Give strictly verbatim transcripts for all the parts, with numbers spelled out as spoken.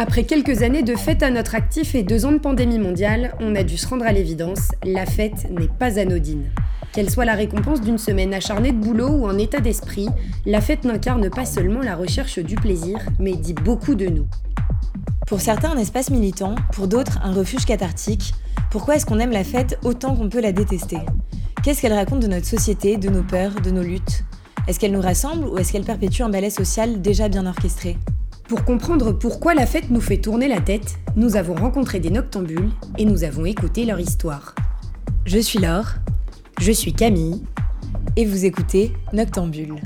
Après quelques années de fête à notre actif et deux ans de pandémie mondiale, on a dû se rendre à l'évidence, la fête n'est pas anodine. Qu'elle soit la récompense d'une semaine acharnée de boulot ou un état d'esprit, la fête n'incarne pas seulement la recherche du plaisir, mais dit beaucoup de nous. Pour certains, un espace militant, pour d'autres, un refuge cathartique. Pourquoi est-ce qu'on aime la fête autant qu'on peut la détester ? Qu'est-ce qu'elle raconte de notre société, de nos peurs, de nos luttes ? Est-ce qu'elle nous rassemble ou est-ce qu'elle perpétue un ballet social déjà bien orchestré ? Pour comprendre pourquoi la fête nous fait tourner la tête, nous avons rencontré des noctambules et nous avons écouté leur histoire. Je suis Laure. Je suis Camille. Et vous écoutez Noctambule.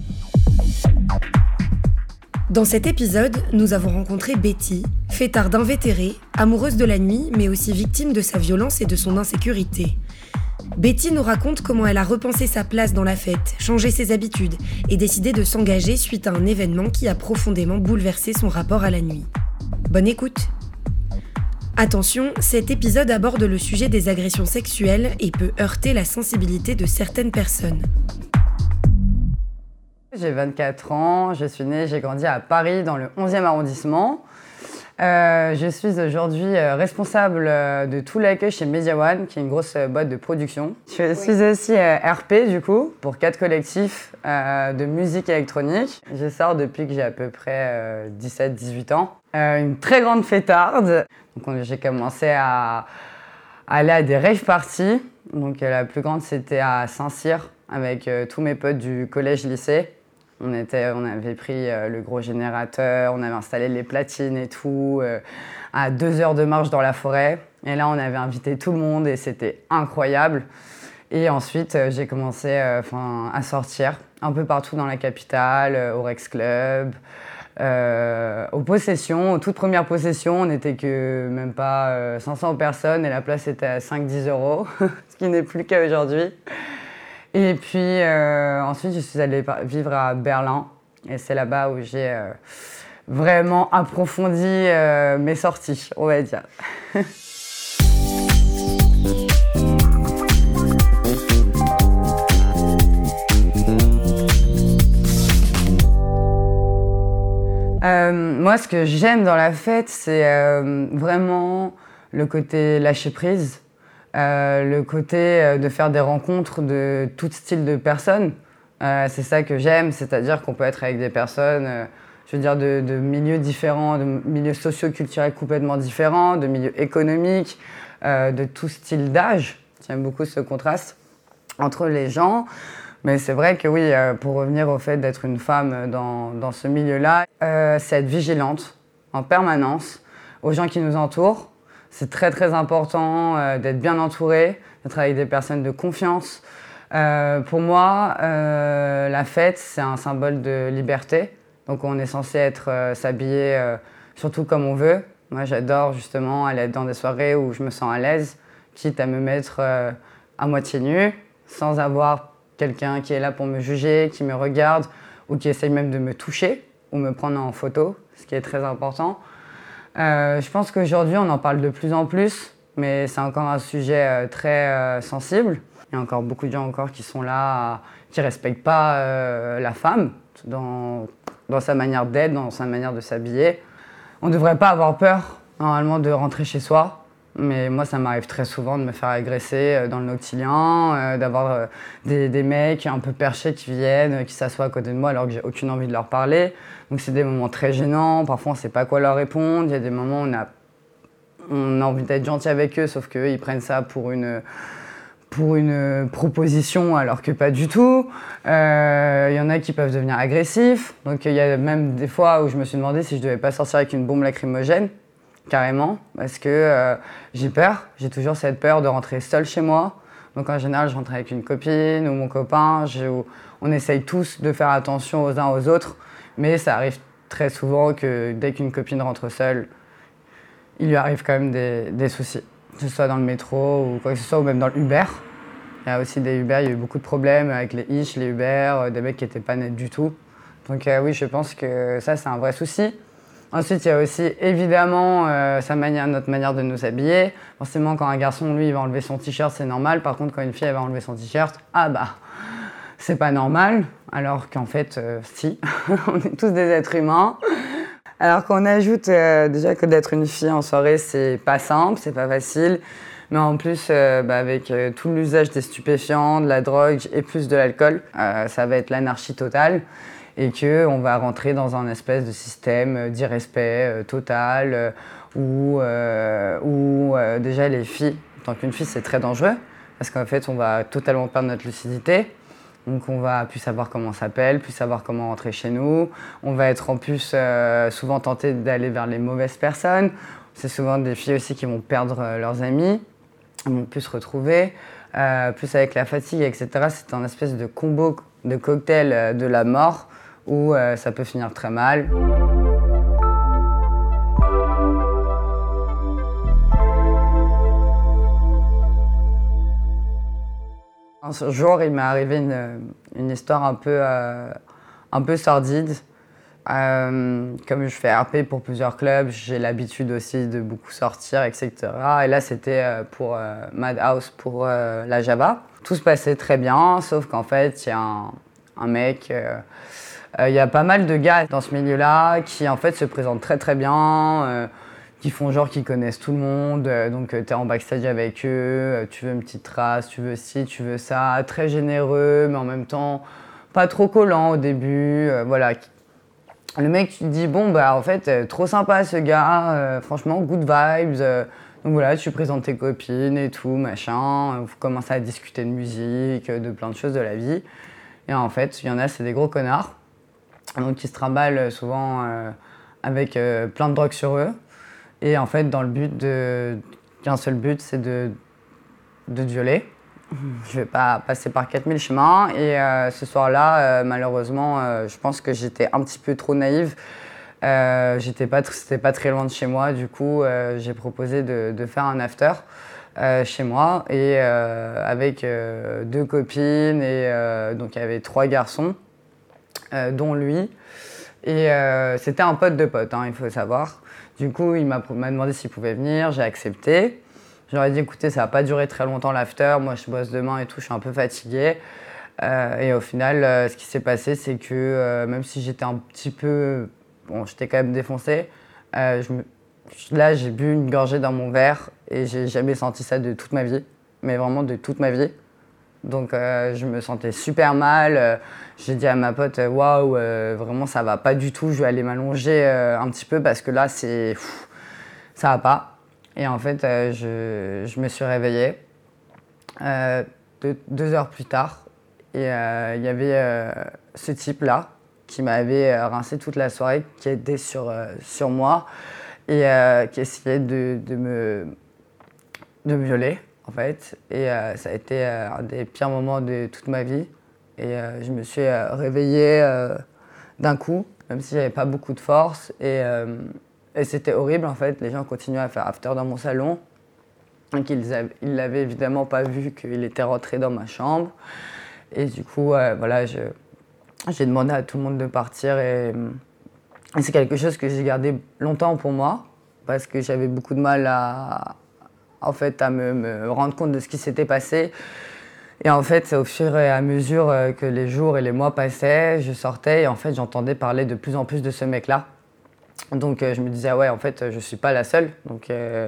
Dans cet épisode, nous avons rencontré Betty, fêtarde invétérée, amoureuse de la nuit, mais aussi victime de sa violence et de son insécurité. Betty nous raconte comment elle a repensé sa place dans la fête, changé ses habitudes et décidé de s'engager suite à un événement qui a profondément bouleversé son rapport à la nuit. Bonne écoute! Attention, cet épisode aborde le sujet des agressions sexuelles et peut heurter la sensibilité de certaines personnes. J'ai vingt-quatre ans, je suis née, j'ai grandi à Paris dans le onzième arrondissement. Euh, je suis aujourd'hui euh, responsable euh, de tout l'accueil chez Media One, qui est une grosse euh, boîte de production. Je oui. suis aussi euh, R P du coup, pour quatre collectifs euh, de musique électronique. Je sors depuis que j'ai à peu près euh, dix-sept dix-huit ans. Euh, une très grande fêtarde. Donc, on, j'ai commencé à, à aller à des rave parties. Donc, euh, la plus grande, c'était à Saint-Cyr, avec euh, tous mes potes du collège-lycée. On, était, on avait pris euh, le gros générateur, on avait installé les platines et tout, euh, à deux heures de marche dans la forêt. Et là, on avait invité tout le monde et c'était incroyable. Et ensuite, euh, j'ai commencé euh, à sortir un peu partout dans la capitale, euh, au Rex Club, euh, aux possessions. Aux toutes premières possessions, on n'était que même pas euh, cinq cents personnes et la place était à cinq à dix euros, ce qui n'est plus le cas aujourd'hui. Et puis euh, ensuite, je suis allée vivre à Berlin. Et c'est là-bas où j'ai euh, vraiment approfondi euh, mes sorties, on va dire. euh, moi, ce que j'aime dans la fête, c'est euh, vraiment le côté lâcher prise. Euh, le côté euh, de faire des rencontres de tout style de personnes. Euh, c'est ça que j'aime, c'est-à-dire qu'on peut être avec des personnes, euh, je veux dire, de, de milieux différents, de milieux socio-culturels complètement différents, de milieux économiques, euh, de tout style d'âge. J'aime beaucoup ce contraste entre les gens. Mais c'est vrai que oui, euh, pour revenir au fait d'être une femme dans, dans ce milieu-là, euh, c'est être vigilante en permanence aux gens qui nous entourent. C'est très très important euh, d'être bien entouré, d'être avec des personnes de confiance. Euh, pour moi, euh, la fête, c'est un symbole de liberté. Donc on est censé être euh, s'habiller euh, surtout comme on veut. Moi, j'adore justement aller dans des soirées où je me sens à l'aise, quitte à me mettre euh, à moitié nue, sans avoir quelqu'un qui est là pour me juger, qui me regarde ou qui essaye même de me toucher ou me prendre en photo, ce qui est très important. Euh, je pense qu'aujourd'hui, on en parle de plus en plus, mais c'est encore un sujet euh, très euh, sensible. Il y a encore beaucoup de gens encore qui sont là, euh, qui ne respectent pas euh, la femme dans, dans sa manière d'être, dans sa manière de s'habiller. On ne devrait pas avoir peur, normalement, de rentrer chez soi. Mais moi, ça m'arrive très souvent de me faire agresser euh, dans le Noctilien, euh, d'avoir euh, des, des mecs un peu perchés qui viennent, euh, qui s'assoient à côté de moi alors que j'ai aucune envie de leur parler. Donc c'est des moments très gênants, parfois on ne sait pas quoi leur répondre. Il y a des moments où on a, on a envie d'être gentil avec eux, sauf qu'eux, ils prennent ça pour une, pour une proposition alors que pas du tout. Euh, il y en a qui peuvent devenir agressifs. Donc il y a même des fois où je me suis demandé si je ne devais pas sortir avec une bombe lacrymogène. Carrément, parce que euh, j'ai peur, j'ai toujours cette peur de rentrer seule chez moi. Donc en général, je rentre avec une copine ou mon copain. Je, on essaye tous de faire attention aux uns aux autres, mais ça arrive très souvent que dès qu'une copine rentre seule, il lui arrive quand même des, des soucis, que ce soit dans le métro ou quoi que ce soit, ou même dans le Uber. Il y a aussi des Uber, il y a eu beaucoup de problèmes avec les Hitch, les Uber, des mecs qui n'étaient pas nets du tout. Donc euh, oui, je pense que ça, c'est un vrai souci. Ensuite, il y a aussi évidemment euh, sa manière, notre manière de nous habiller. Forcément, quand un garçon, lui, il va enlever son t-shirt, c'est normal. Par contre, quand une fille, elle va enlever son t-shirt, ah bah, c'est pas normal. Alors qu'en fait, euh, si, on est tous des êtres humains. Alors qu'on ajoute euh, déjà que d'être une fille en soirée, c'est pas simple, c'est pas facile. Mais en plus, euh, bah, avec euh, tout l'usage des stupéfiants, de la drogue et plus de l'alcool, euh, ça va être l'anarchie totale. Et qu'on va rentrer dans un espèce de système d'irrespect euh, total euh, où, euh, où euh, déjà les filles, en tant qu'une fille, c'est très dangereux parce qu'en fait, on va totalement perdre notre lucidité. Donc on va plus savoir comment on s'appelle, plus savoir comment rentrer chez nous. On va être en plus euh, souvent tenté d'aller vers les mauvaises personnes. C'est souvent des filles aussi qui vont perdre euh, leurs amis, ils vont plus se retrouver. Euh, plus avec la fatigue, et cetera. C'est un espèce de combo de cocktail euh, de la mort où euh, ça peut finir très mal. Un jour, il m'est arrivé une, une histoire un peu, euh, un peu sordide. Euh, comme je fais R P pour plusieurs clubs, j'ai l'habitude aussi de beaucoup sortir, et cetera. Et là, c'était pour euh, Madhouse, pour euh, la Java. Tout se passait très bien, sauf qu'en fait, il y a un, un mec... Euh, il euh, y a pas mal de gars dans ce milieu-là qui, en fait, se présentent très très bien. Euh, qui font genre qu'ils connaissent tout le monde, donc euh, t'es en backstage avec eux, euh, tu veux une petite trace, tu veux ci, tu veux ça, très généreux, mais en même temps pas trop collant au début, euh, voilà. Le mec, tu te dis, bon, bah en fait, euh, trop sympa ce gars, euh, franchement, good vibes, euh, donc voilà, tu présentes tes copines et tout, machin, vous commencez à discuter de musique, de plein de choses de la vie, et en fait, il y en a, c'est des gros connards, donc qui se trimballent souvent euh, avec euh, plein de drogue sur eux. Et en fait, dans le but de... qu'un seul but, c'est de... de te violer. Je vais pas passer par quatre mille chemins. Et euh, ce soir-là, euh, malheureusement, euh, je pense que j'étais un petit peu trop naïve. Euh, j'étais pas, c'était pas très loin de chez moi. Du coup, euh, j'ai proposé de, de faire un after euh, chez moi. Et euh, avec euh, deux copines. Et euh, donc, il y avait trois garçons, euh, dont lui. Et euh, c'était un pote de pote, hein, il faut savoir. Du coup, il m'a, m'a demandé s'il pouvait venir, j'ai accepté. Je leur ai dit, écoutez, ça va pas durer très longtemps l'after, moi je bosse demain et tout, je suis un peu fatiguée. Euh, et au final, euh, ce qui s'est passé, c'est que euh, même si j'étais un petit peu... Bon, j'étais quand même défoncée, euh, je me, là j'ai bu une gorgée dans mon verre et j'ai jamais senti ça de toute ma vie, mais vraiment de toute ma vie. Donc euh, je me sentais super mal, euh, j'ai dit à ma pote « Waouh, euh, vraiment ça va pas du tout, je vais aller m'allonger euh, un petit peu parce que là c'est... Pff, ça va pas ». Et en fait, euh, je, je me suis réveillée euh, deux, deux heures plus tard et il euh, y avait euh, ce type-là qui m'avait euh, rincé toute la soirée, qui était sur, euh, sur moi et euh, qui essayait de, de, me, de me violer. En fait, et euh, ça a été euh, un des pires moments de toute ma vie. Et euh, je me suis euh, réveillée euh, d'un coup, même si j'avais pas beaucoup de force. Et, euh, et c'était horrible en fait. Les gens continuaient à faire after dans mon salon. Donc ils ils l'avaient évidemment pas vu qu'il était rentré dans ma chambre. Et du coup, euh, voilà, je, j'ai demandé à tout le monde de partir. Et, et c'est quelque chose que j'ai gardé longtemps pour moi, parce que j'avais beaucoup de mal à... en fait, à me, me rendre compte de ce qui s'était passé. Et en fait, c'est au fur et à mesure que les jours et les mois passaient, je sortais et en fait, j'entendais parler de plus en plus de ce mec-là. Donc, je me disais, ah ouais, en fait, je suis pas la seule. Donc, euh,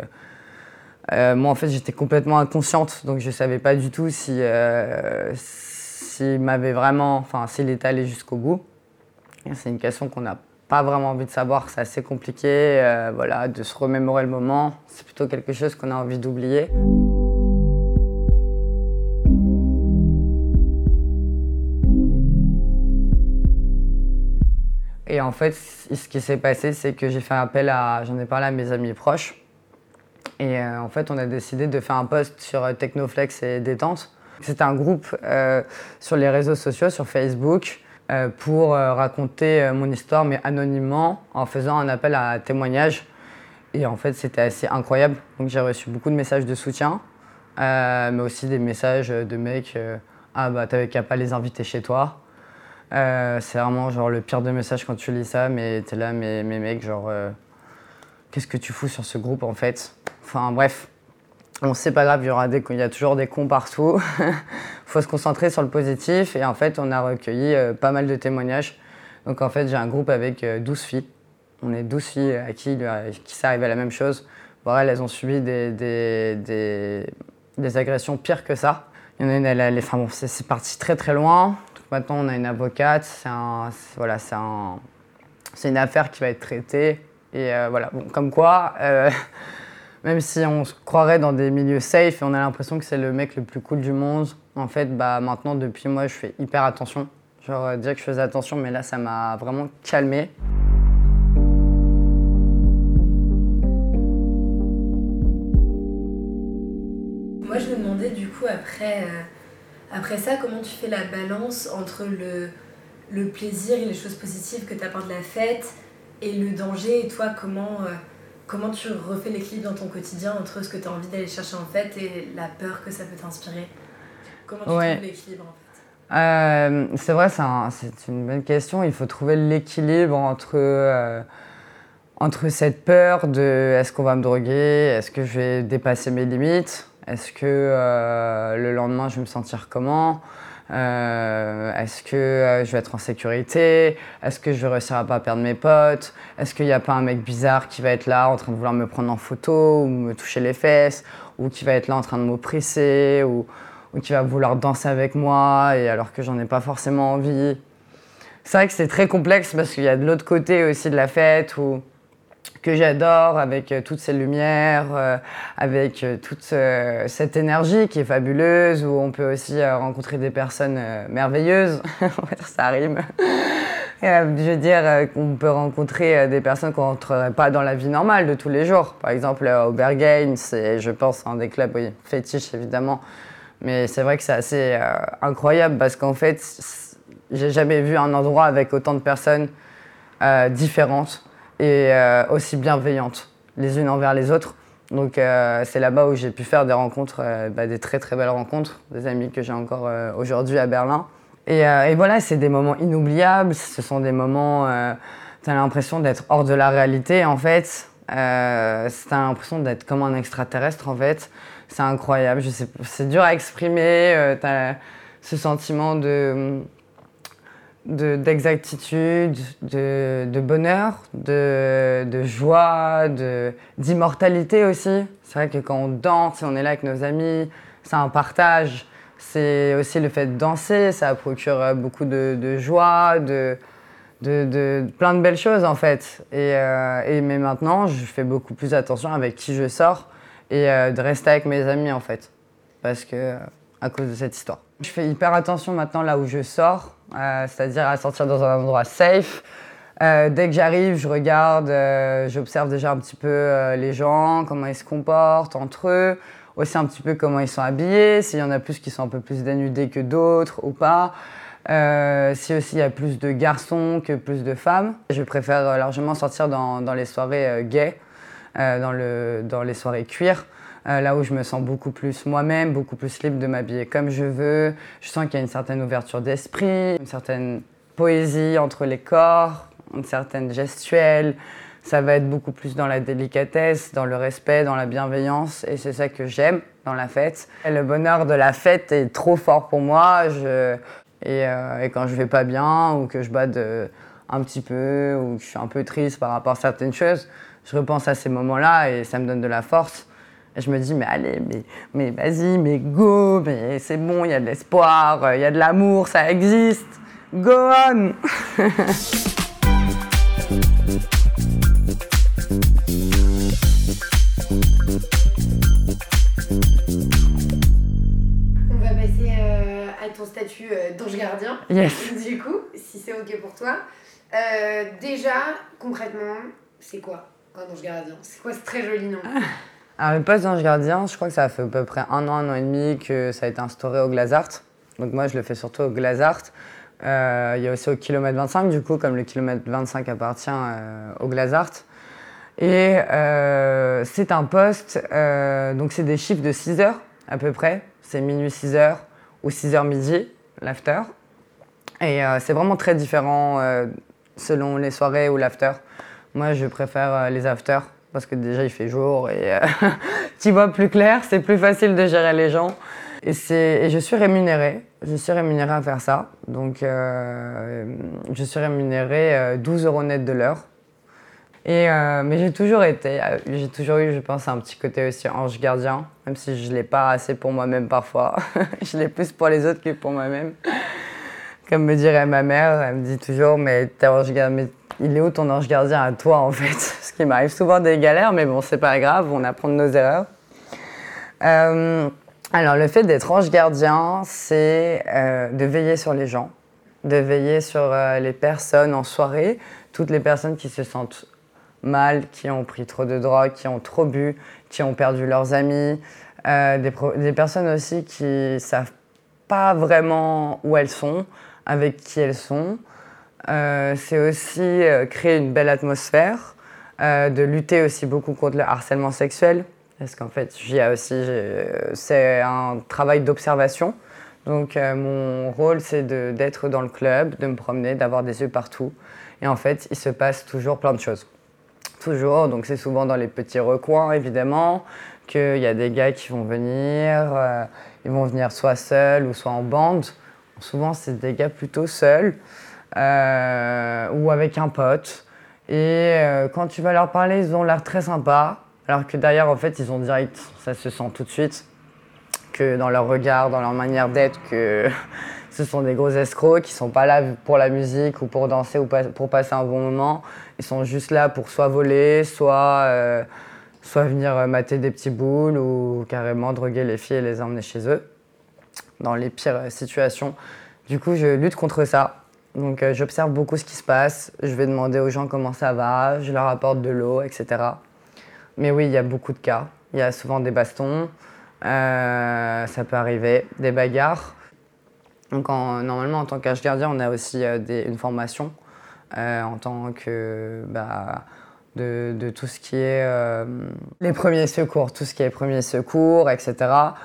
euh, moi, en fait, j'étais complètement inconsciente. Donc, je savais pas du tout si, euh, s'il m'avait vraiment, enfin, s'il était allé jusqu'au bout. Et c'est une question qu'on n'a pas vraiment envie de savoir, c'est assez compliqué, euh, voilà, de se remémorer le moment. C'est plutôt quelque chose qu'on a envie d'oublier. Et en fait, ce qui s'est passé, c'est que j'ai fait appel à, j'en ai parlé à mes amis proches. Et euh, en fait, on a décidé de faire un post sur euh, Technoflex et Détente. C'était un groupe euh, sur les réseaux sociaux, sur Facebook, euh, pour euh, raconter euh, mon histoire, mais anonymement, en faisant un appel à témoignage. Et en fait, c'était assez incroyable. Donc j'ai reçu beaucoup de messages de soutien, euh, mais aussi des messages de mecs euh, « Ah bah t'avais qu'à pas les inviter chez toi ». Euh, c'est vraiment genre le pire de message quand tu lis ça, mais t'es là, mais, mais mec, genre, euh, qu'est-ce que tu fous sur ce groupe en fait? Enfin bref, bon, c'est pas grave, il y aura des, il y a toujours des cons partout. Faut se concentrer sur le positif et en fait, on a recueilli euh, pas mal de témoignages. Donc en fait, j'ai un groupe avec euh, douze filles On est douze filles à qui, à qui c'est arrivé la même chose. Bon, elles, elles ont subi des, des, des, des agressions pires que ça. Il y en a une, elle, elle, enfin, bon, c'est, c'est parti très très loin. Donc maintenant, on a une avocate. C'est, un, c'est, voilà, c'est, un, c'est une affaire qui va être traitée. Et euh, voilà, bon, comme quoi, euh, même si on se croirait dans des milieux safe et on a l'impression que c'est le mec le plus cool du monde, en fait, bah, maintenant, depuis moi, je fais hyper attention. Genre, euh, dire que je faisais attention, mais là, ça m'a vraiment calmée. Moi, je me demandais du coup, après, euh, après ça, comment tu fais la balance entre le, le plaisir et les choses positives que t'apporte la fête et le danger, et toi, comment, euh, comment tu refais l'équilibre dans ton quotidien entre ce que tu as envie d'aller chercher en fête et la peur que ça peut t'inspirer? Comment tu ouais. trouves l'équilibre en fait? euh, C'est vrai, c'est, un, c'est une bonne question. Il faut trouver l'équilibre entre... Euh, entre cette peur de est-ce qu'on va me droguer, est-ce que je vais dépasser mes limites, est-ce que euh, le lendemain je vais me sentir comment, euh, est-ce que euh, je vais être en sécurité, est-ce que je vais réussir à pas perdre mes potes, est-ce qu'il n'y a pas un mec bizarre qui va être là en train de vouloir me prendre en photo ou me toucher les fesses, ou qui va être là en train de m'oppresser, ou, ou qui va vouloir danser avec moi et alors que j'en ai pas forcément envie. C'est vrai que c'est très complexe parce qu'il y a de l'autre côté aussi de la fête où que j'adore, avec euh, toutes ces lumières, euh, avec euh, toute euh, cette énergie qui est fabuleuse, où on peut aussi euh, rencontrer des personnes euh, merveilleuses, ça rime. Et, euh, je veux dire euh, qu'on peut rencontrer euh, des personnes qu'on ne rencontrerait pas dans la vie normale de tous les jours. Par exemple, euh, au Berghain, c'est, je pense, un des clubs, oui, fétiche évidemment, mais c'est vrai que c'est assez euh, incroyable parce qu'en fait, j'ai jamais vu un endroit avec autant de personnes euh, différentes et euh, aussi bienveillantes les unes envers les autres. Donc euh, c'est là-bas où j'ai pu faire des rencontres, euh, bah, des très très belles rencontres, des amis que j'ai encore euh, aujourd'hui à Berlin. Et, euh, et voilà, c'est des moments inoubliables, ce sont des moments, euh, t'as l'impression d'être hors de la réalité en fait, euh, t'as l'impression d'être comme un extraterrestre en fait, c'est incroyable, je sais, c'est dur à exprimer, euh, t'as ce sentiment de... De, d'exactitude, de, de bonheur, de, de joie, de, d'immortalité aussi. C'est vrai que quand on danse et on est là avec nos amis, c'est un partage. C'est aussi le fait de danser, ça procure beaucoup de, de joie, de, de, de plein de belles choses en fait. Et, euh, et, mais maintenant, je fais beaucoup plus attention avec qui je sors et euh, de rester avec mes amis en fait. Parce que, à cause de cette histoire. Je fais hyper attention maintenant là où je sors. Euh, c'est-à-dire à sortir dans un endroit safe. Euh, dès que j'arrive, je regarde, euh, j'observe déjà un petit peu euh, les gens, comment ils se comportent entre eux, aussi un petit peu comment ils sont habillés, s'il y en a plus qui sont un peu plus dénudés que d'autres ou pas, euh, si aussi il y a plus de garçons que plus de femmes. Je préfère largement sortir dans, dans les soirées euh, gays, euh, dans, le, dans les soirées cuir. Euh, là où je me sens beaucoup plus moi-même, beaucoup plus libre de m'habiller comme je veux. Je sens qu'il y a une certaine ouverture d'esprit, une certaine poésie entre les corps, une certaine gestuelle. Ça va être beaucoup plus dans la délicatesse, dans le respect, dans la bienveillance. Et c'est ça que j'aime dans la fête. Et le bonheur de la fête est trop fort pour moi. Je... Et, euh, et quand je vais pas bien ou que je bade euh, un petit peu ou que je suis un peu triste par rapport à certaines choses, je repense à ces moments-là et ça me donne de la force. Et je me dis, mais allez, mais, mais vas-y, mais go, mais c'est bon, il y a de l'espoir, il y a de l'amour, ça existe. Go on. On va passer euh, à ton statut euh, d'ange gardien. Yes. Du coup, si c'est OK pour toi. Euh, déjà, concrètement, c'est quoi un ange gardien? C'est quoi ce très joli nom? Alors, le poste d'ange gardien, je crois que ça fait à peu près un an, un an et demi que ça a été instauré au Glazart. Donc moi, je le fais surtout au Glazart. Euh, il y a aussi au kilomètre vingt-cinq, du coup, comme le kilomètre vingt-cinq appartient euh, au Glazart. Et euh, c'est un poste, euh, donc c'est des chiffres de six heures à peu près. C'est minuit six heures ou six heures midi, l'after. Et euh, c'est vraiment très différent euh, selon les soirées ou l'after. Moi, je préfère euh, les afters. Parce que déjà il fait jour et euh, tu vois plus clair, c'est plus facile de gérer les gens. Et, c'est, et je suis rémunérée, je suis rémunérée à faire ça. Donc euh, je suis rémunérée euh, douze euros net de l'heure. Et, euh, mais j'ai toujours été, j'ai toujours eu, je pense, un petit côté aussi ange gardien, même si je ne l'ai pas assez pour moi-même parfois. Je l'ai plus pour les autres que pour moi-même. Comme me dirait ma mère, elle me dit toujours, mais, t'es ange gardien, mais il est où ton ange gardien à toi en fait? Ce qui m'arrive souvent des galères, mais bon, c'est pas grave, on apprend de nos erreurs. Euh, alors, le fait d'être ange gardien, c'est euh, de veiller sur les gens, de veiller sur euh, les personnes en soirée, toutes les personnes qui se sentent mal, qui ont pris trop de drogue, qui ont trop bu, qui ont perdu leurs amis, euh, des, pro- des personnes aussi qui savent pas vraiment où elles sont, avec qui elles sont. Euh, c'est aussi euh, créer une belle atmosphère, euh, de lutter aussi beaucoup contre le harcèlement sexuel, parce qu'en fait, j'y ai aussi, j'ai, c'est un travail d'observation. Donc euh, mon rôle, c'est de, d'être dans le club, de me promener, d'avoir des yeux partout. Et en fait, il se passe toujours plein de choses. Toujours, donc c'est souvent dans les petits recoins évidemment qu'il y a des gars qui vont venir, euh, ils vont venir soit seuls ou soit en bande. Souvent c'est des gars plutôt seuls euh, ou avec un pote. Et euh, quand tu vas leur parler, ils ont l'air très sympas, alors que derrière en fait ils ont direct, ça se sent tout de suite, que dans leur regard, dans leur manière d'être, que ce sont des gros escrocs qui sont pas là pour la musique ou pour danser ou pour passer un bon moment. Ils sont juste là pour soit voler, soit, euh, soit venir mater des petits boules ou carrément droguer les filles et les emmener chez eux, dans les pires situations. Du coup, je lutte contre ça. Donc, euh, j'observe beaucoup ce qui se passe. Je vais demander aux gens comment ça va, je leur apporte de l'eau, et cetera. Mais oui, il y a beaucoup de cas. Il y a souvent des bastons, euh, ça peut arriver, des bagarres. Donc, en, normalement, en tant qu'ange gardien, on a aussi euh, des, une formation euh, en tant que bah, de, de tout ce qui est euh, les premiers secours, tout ce qui est premiers secours, et cetera.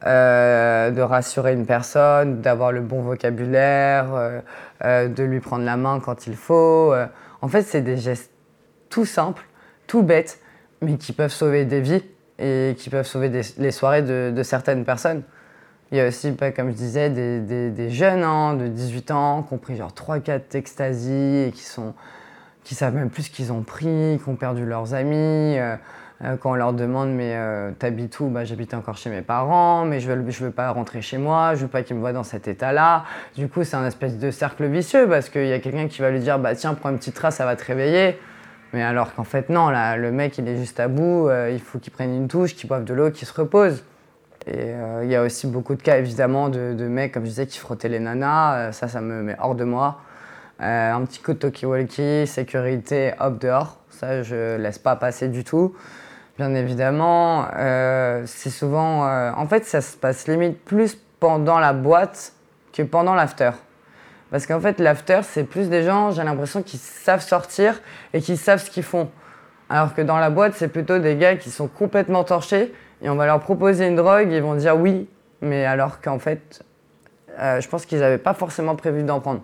Euh, de rassurer une personne, d'avoir le bon vocabulaire, euh, euh, de lui prendre la main quand il faut. Euh, en fait, c'est des gestes tout simples, tout bêtes, mais qui peuvent sauver des vies et qui peuvent sauver des, les soirées de, de certaines personnes. Il y a aussi, comme je disais, des, des, des jeunes hein, de dix-huit ans qui ont pris genre trois quatre ecstasy et qui sont, qui savent même plus ce qu'ils ont pris, qui ont perdu leurs amis. Euh, euh, quand on leur demande « mais euh, t'habites où ?» Bah, j'habite encore chez mes parents, mais je veux, je veux pas rentrer chez moi, je veux pas qu'ils me voient dans cet état-là. Du coup, c'est un espèce de cercle vicieux parce qu'il y a quelqu'un qui va lui dire « bah tiens, prends une petite trace, ça va te réveiller ». Mais alors qu'en fait, non, là, le mec, il est juste à bout, euh, il faut qu'il prenne une douche, qu'il boive de l'eau, qu'il se repose. Et euh, il y a aussi beaucoup de cas, évidemment, de, de mecs, comme je disais, qui frottaient les nanas. Euh, ça, ça me met hors de moi. Euh, un petit coup de talkie-walkie, sécurité, hop, dehors. Ça, je laisse pas passer du tout. Bien évidemment, euh, c'est souvent... Euh, en fait, ça se passe limite plus pendant la boîte que pendant l'after. Parce qu'en fait, l'after, c'est plus des gens, j'ai l'impression, qui savent sortir et qui savent ce qu'ils font. Alors que dans la boîte, c'est plutôt des gars qui sont complètement torchés et on va leur proposer une drogue, ils vont dire oui, mais alors qu'en fait, euh, je pense qu'ils n'avaient pas forcément prévu d'en prendre.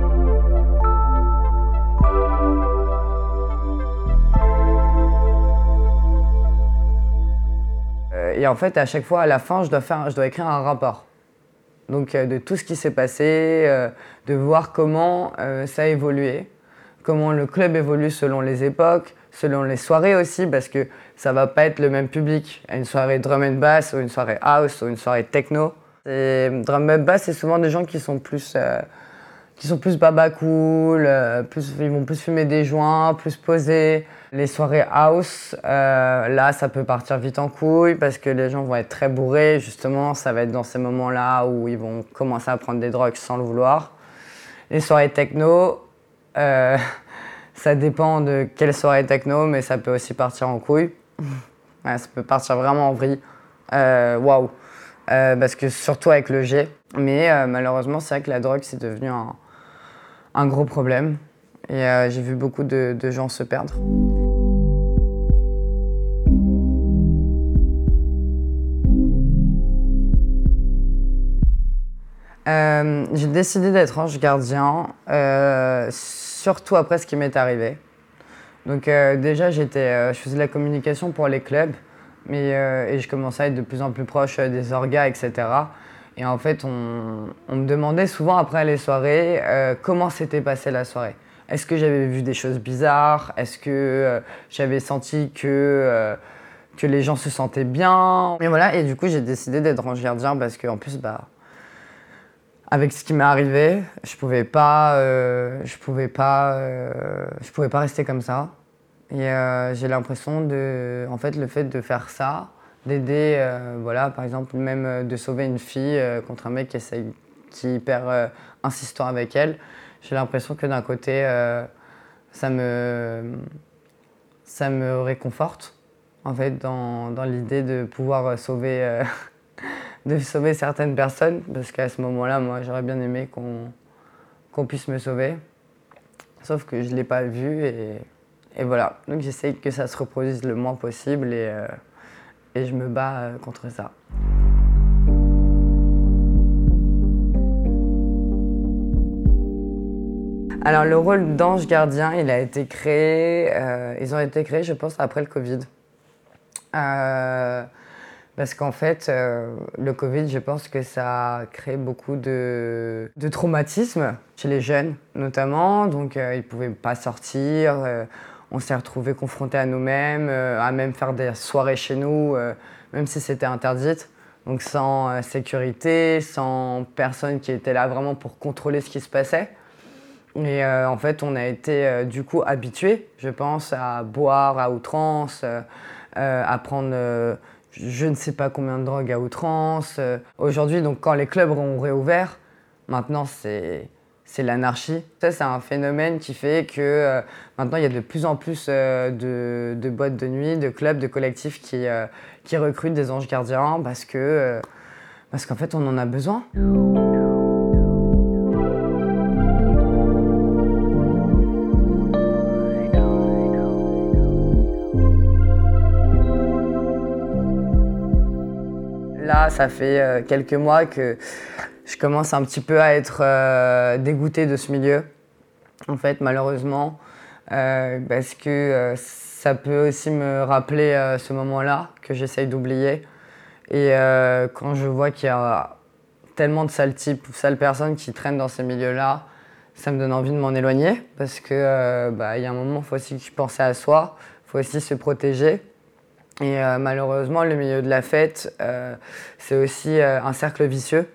Euh, et en fait, à chaque fois, à la fin, je dois, faire, je dois écrire un rapport. Donc euh, de tout ce qui s'est passé, euh, de voir comment euh, ça a évolué, comment le club évolue selon les époques, selon les soirées aussi, parce que ça va pas être le même public à une soirée drum and bass ou une soirée house ou une soirée techno. Et drum and bass, c'est souvent des gens qui sont plus, euh, qui sont plus baba cool, euh, plus, ils vont plus fumer des joints, plus posés. Les soirées house, euh, là, ça peut partir vite en couille parce que les gens vont être très bourrés. Justement, ça va être dans ces moments-là où ils vont commencer à prendre des drogues sans le vouloir. Les soirées techno, euh, ça dépend de quelle soirée techno, mais ça peut aussi partir en couille. Ouais, ça peut partir vraiment en vrille. Waouh! Wow. Euh, parce que surtout avec le G. Mais euh, malheureusement, c'est vrai que la drogue, c'est devenu un, un gros problème. Et euh, j'ai vu beaucoup de, de gens se perdre. Euh, j'ai décidé d'être ange gardien, euh, surtout après ce qui m'est arrivé. Donc euh, déjà, j'étais, euh, je faisais de la communication pour les clubs, mais, euh, et je commençais à être de plus en plus proche des orgas, et cetera. Et en fait, on, on me demandait souvent après les soirées euh, comment s'était passée la soirée. est-ce que j'avais vu des choses bizarres? Est-ce que euh, j'avais senti que, euh, que les gens se sentaient bien? Et voilà, et du coup, j'ai décidé d'être ange gardien parce qu'en plus, bah, avec ce qui m'est arrivé, je pouvais pas, euh, je pouvais pas, euh, je pouvais pas rester comme ça. Et euh, j'ai l'impression de, en fait, le fait de faire ça, d'aider, euh, voilà, par exemple, même euh, de sauver une fille euh, contre un mec qui essaye, qui est hyper euh, insistant avec elle, j'ai l'impression que d'un côté, euh, ça me, ça me réconforte, en fait, dans, dans l'idée de pouvoir sauver, euh, de sauver certaines personnes, parce qu'à ce moment-là, moi, j'aurais bien aimé qu'on, qu'on puisse me sauver, sauf que je ne l'ai pas vu et, et voilà. Donc j'essaye que ça se reproduise le moins possible et, euh, et je me bats euh, contre ça. Alors le rôle d'ange gardien, il a été créé, euh, ils ont été créés, je pense, après le Covid. Euh, parce qu'en fait, euh, le Covid, je pense que ça a créé beaucoup de, de traumatisme chez les jeunes, notamment. Donc euh, ils ne pouvaient pas sortir, euh, on s'est retrouvés confrontés à nous-mêmes, euh, à même faire des soirées chez nous, euh, même si c'était interdite. Donc sans euh, sécurité, sans personne qui était là vraiment pour contrôler ce qui se passait. Et euh, en fait, on a été euh, du coup habitués, je pense, à boire à outrance, euh, euh, à prendre euh, je ne sais pas combien de drogues à outrance. Euh. Aujourd'hui, donc, quand les clubs ont réouvert, maintenant c'est, c'est l'anarchie. Ça, c'est un phénomène qui fait que euh, maintenant il y a de plus en plus euh, de, de boîtes de nuit, de clubs, de collectifs qui, euh, qui recrutent des anges gardiens parce que, euh, parce qu'en fait, on en a besoin. Là, ça fait euh, quelques mois que je commence un petit peu à être euh, dégoûtée de ce milieu, en fait, malheureusement, euh, parce que euh, ça peut aussi me rappeler euh, ce moment-là que j'essaye d'oublier. Et euh, quand je vois qu'il y a tellement de sales types, sales personnes qui traînent dans ces milieux-là, ça me donne envie de m'en éloigner, parce que euh, bah, y a un moment, il faut aussi penser à soi, il faut aussi se protéger. Et euh, malheureusement, le milieu de la fête, euh, c'est aussi euh, un cercle vicieux.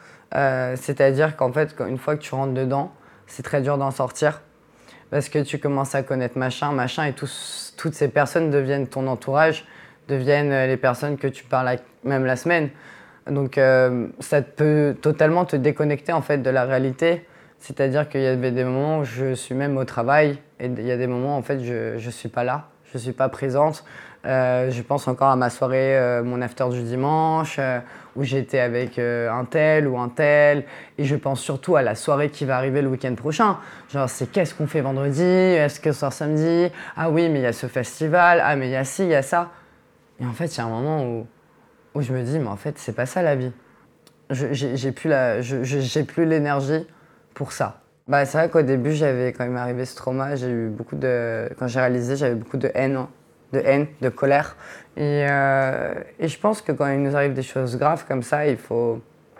Euh, c'est-à-dire qu'en fait, une fois que tu rentres dedans, c'est très dur d'en sortir. Parce que tu commences à connaître machin, machin, et tous, toutes ces personnes deviennent ton entourage, deviennent les personnes que tu parles même la semaine. Donc euh, ça peut totalement te déconnecter en fait, de la réalité. C'est-à-dire qu'il y avait des moments où je suis même au travail, et il y a des moments où en fait, je ne suis pas là, je ne suis pas présente. Euh, je pense encore à ma soirée, euh, mon after du dimanche, euh, où j'étais avec euh, un tel ou un tel. Et je pense surtout à la soirée qui va arriver le week-end prochain. Genre, c'est qu'est-ce qu'on fait vendredi? Est-ce que ce soir samedi? Ah oui, mais il y a ce festival. Ah, mais il y a ci, il y a ça. Et en fait, il y a un moment où, où je me dis, mais en fait, c'est pas ça la vie. Je, j'ai, j'ai plus la, je, je, j'ai plus l'énergie pour ça. Bah, c'est vrai qu'au début, j'avais, quand il m'est arrivé ce trauma, j'ai eu beaucoup de. Quand j'ai réalisé, j'avais beaucoup de haine. Hein. de haine, de colère. Et, euh, et je pense que quand il nous arrive des choses graves comme ça, il faut,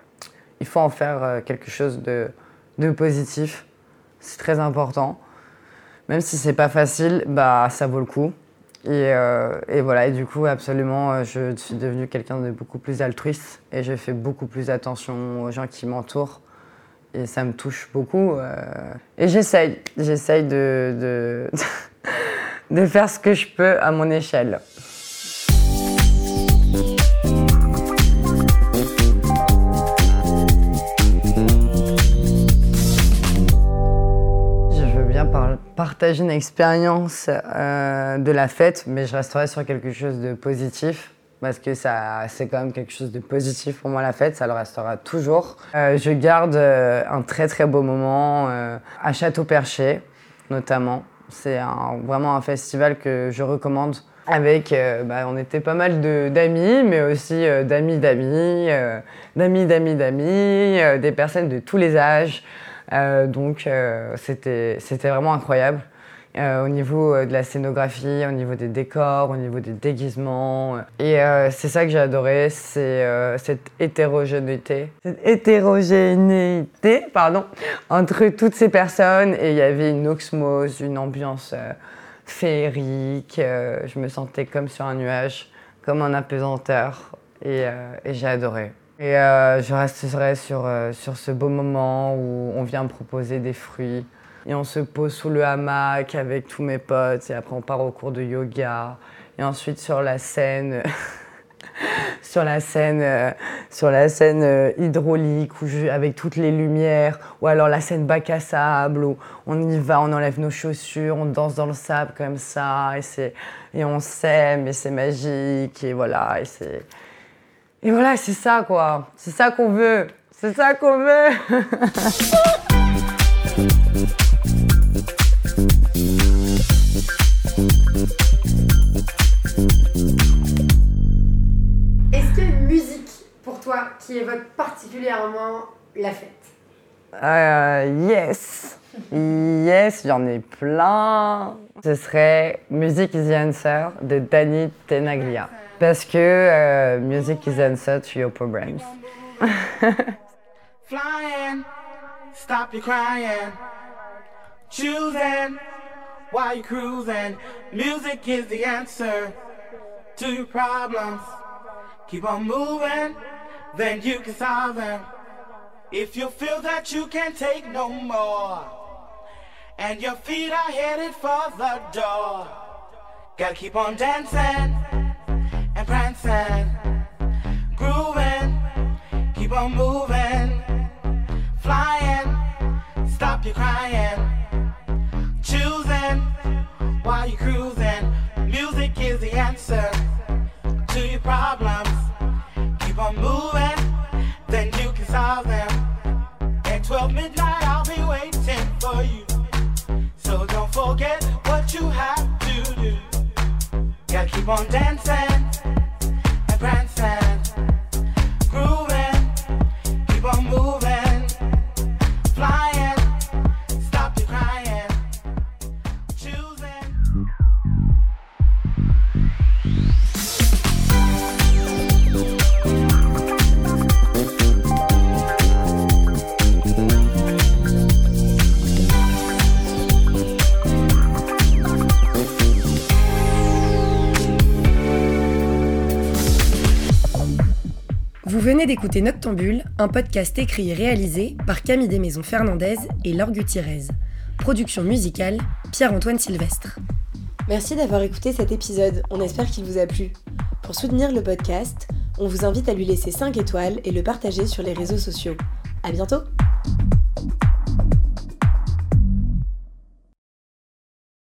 il faut en faire quelque chose de, de positif. C'est très important. Même si c'est pas facile, bah, ça vaut le coup. Et, euh, et voilà, et du coup, absolument, je suis devenue quelqu'un de beaucoup plus altruiste et je fais beaucoup plus attention aux gens qui m'entourent. Et ça me touche beaucoup. Euh, et j'essaye, j'essaye de... de de faire ce que je peux à mon échelle. Je veux bien par- partager une expérience euh, de la fête, mais je resterai sur quelque chose de positif, parce que ça, c'est quand même quelque chose de positif pour moi la fête, ça le restera toujours. Euh, je garde euh, un très très beau moment euh, à Château-Perché, notamment. C'est un, vraiment un festival que je recommande. Avec, euh, bah, on était pas mal de, d'amis, mais aussi euh, d'amis d'amis, euh, d'amis d'amis d'amis, euh, des personnes de tous les âges. Euh, donc euh, c'était, c'était vraiment incroyable. Euh, au niveau de la scénographie, au niveau des décors, au niveau des déguisements. Et euh, c'est ça que j'ai adoré, c'est euh, cette hétérogénéité, cette hétérogénéité, pardon, entre toutes ces personnes. Et il y avait une osmose, une ambiance euh, féerique. Euh, je me sentais comme sur un nuage, comme en apesanteur. Et, euh, et j'ai adoré. Et euh, je resterai sur, euh, sur ce beau moment où on vient me proposer des fruits. Et on se pose sous le hamac avec tous mes potes et après on part au cours de yoga. Et ensuite sur la scène, sur la scène, euh, sur la scène euh, hydraulique où je, avec toutes les lumières, ou alors la scène bac à sable où on y va, on enlève nos chaussures, on danse dans le sable comme ça et, c'est, et on s'aime et c'est magique et voilà. Et, c'est, et voilà, c'est ça quoi, c'est ça qu'on veut, c'est ça qu'on veut. Est-ce qu'il y a une musique pour toi qui évoque particulièrement la fête? Euh, yes, yes, j'en ai plein. Ce serait Music is the Answer de Danny Tenaglia. Parce que euh, Music is the Answer to your problems. Flying, stop your crying. Choosing while you're cruising. Music is the answer to your problems. Keep on moving, then you can solve them. If you feel that you can't take no more, and your feet are headed for the door, gotta keep on dancing and prancing, grooving, keep on moving, flying, stop your crying, choosing while you're cruising. Music is the answer to your problems. Keep on moving, then you can solve them. At twelve midnight I'll be waiting for you, so don't forget what you have to do. Gotta keep on dancing and prancing, grooving, keep on moving, flying, stop your crying, choosing. Vous venez d'écouter Noctambule, un podcast écrit et réalisé par Camille Desmaisons-Fernandez et Laure Gutiérrez. Production musicale, Pierre-Antoine Sylvestre. Merci d'avoir écouté cet épisode, on espère qu'il vous a plu. Pour soutenir le podcast, on vous invite à lui laisser cinq étoiles et le partager sur les réseaux sociaux. À bientôt!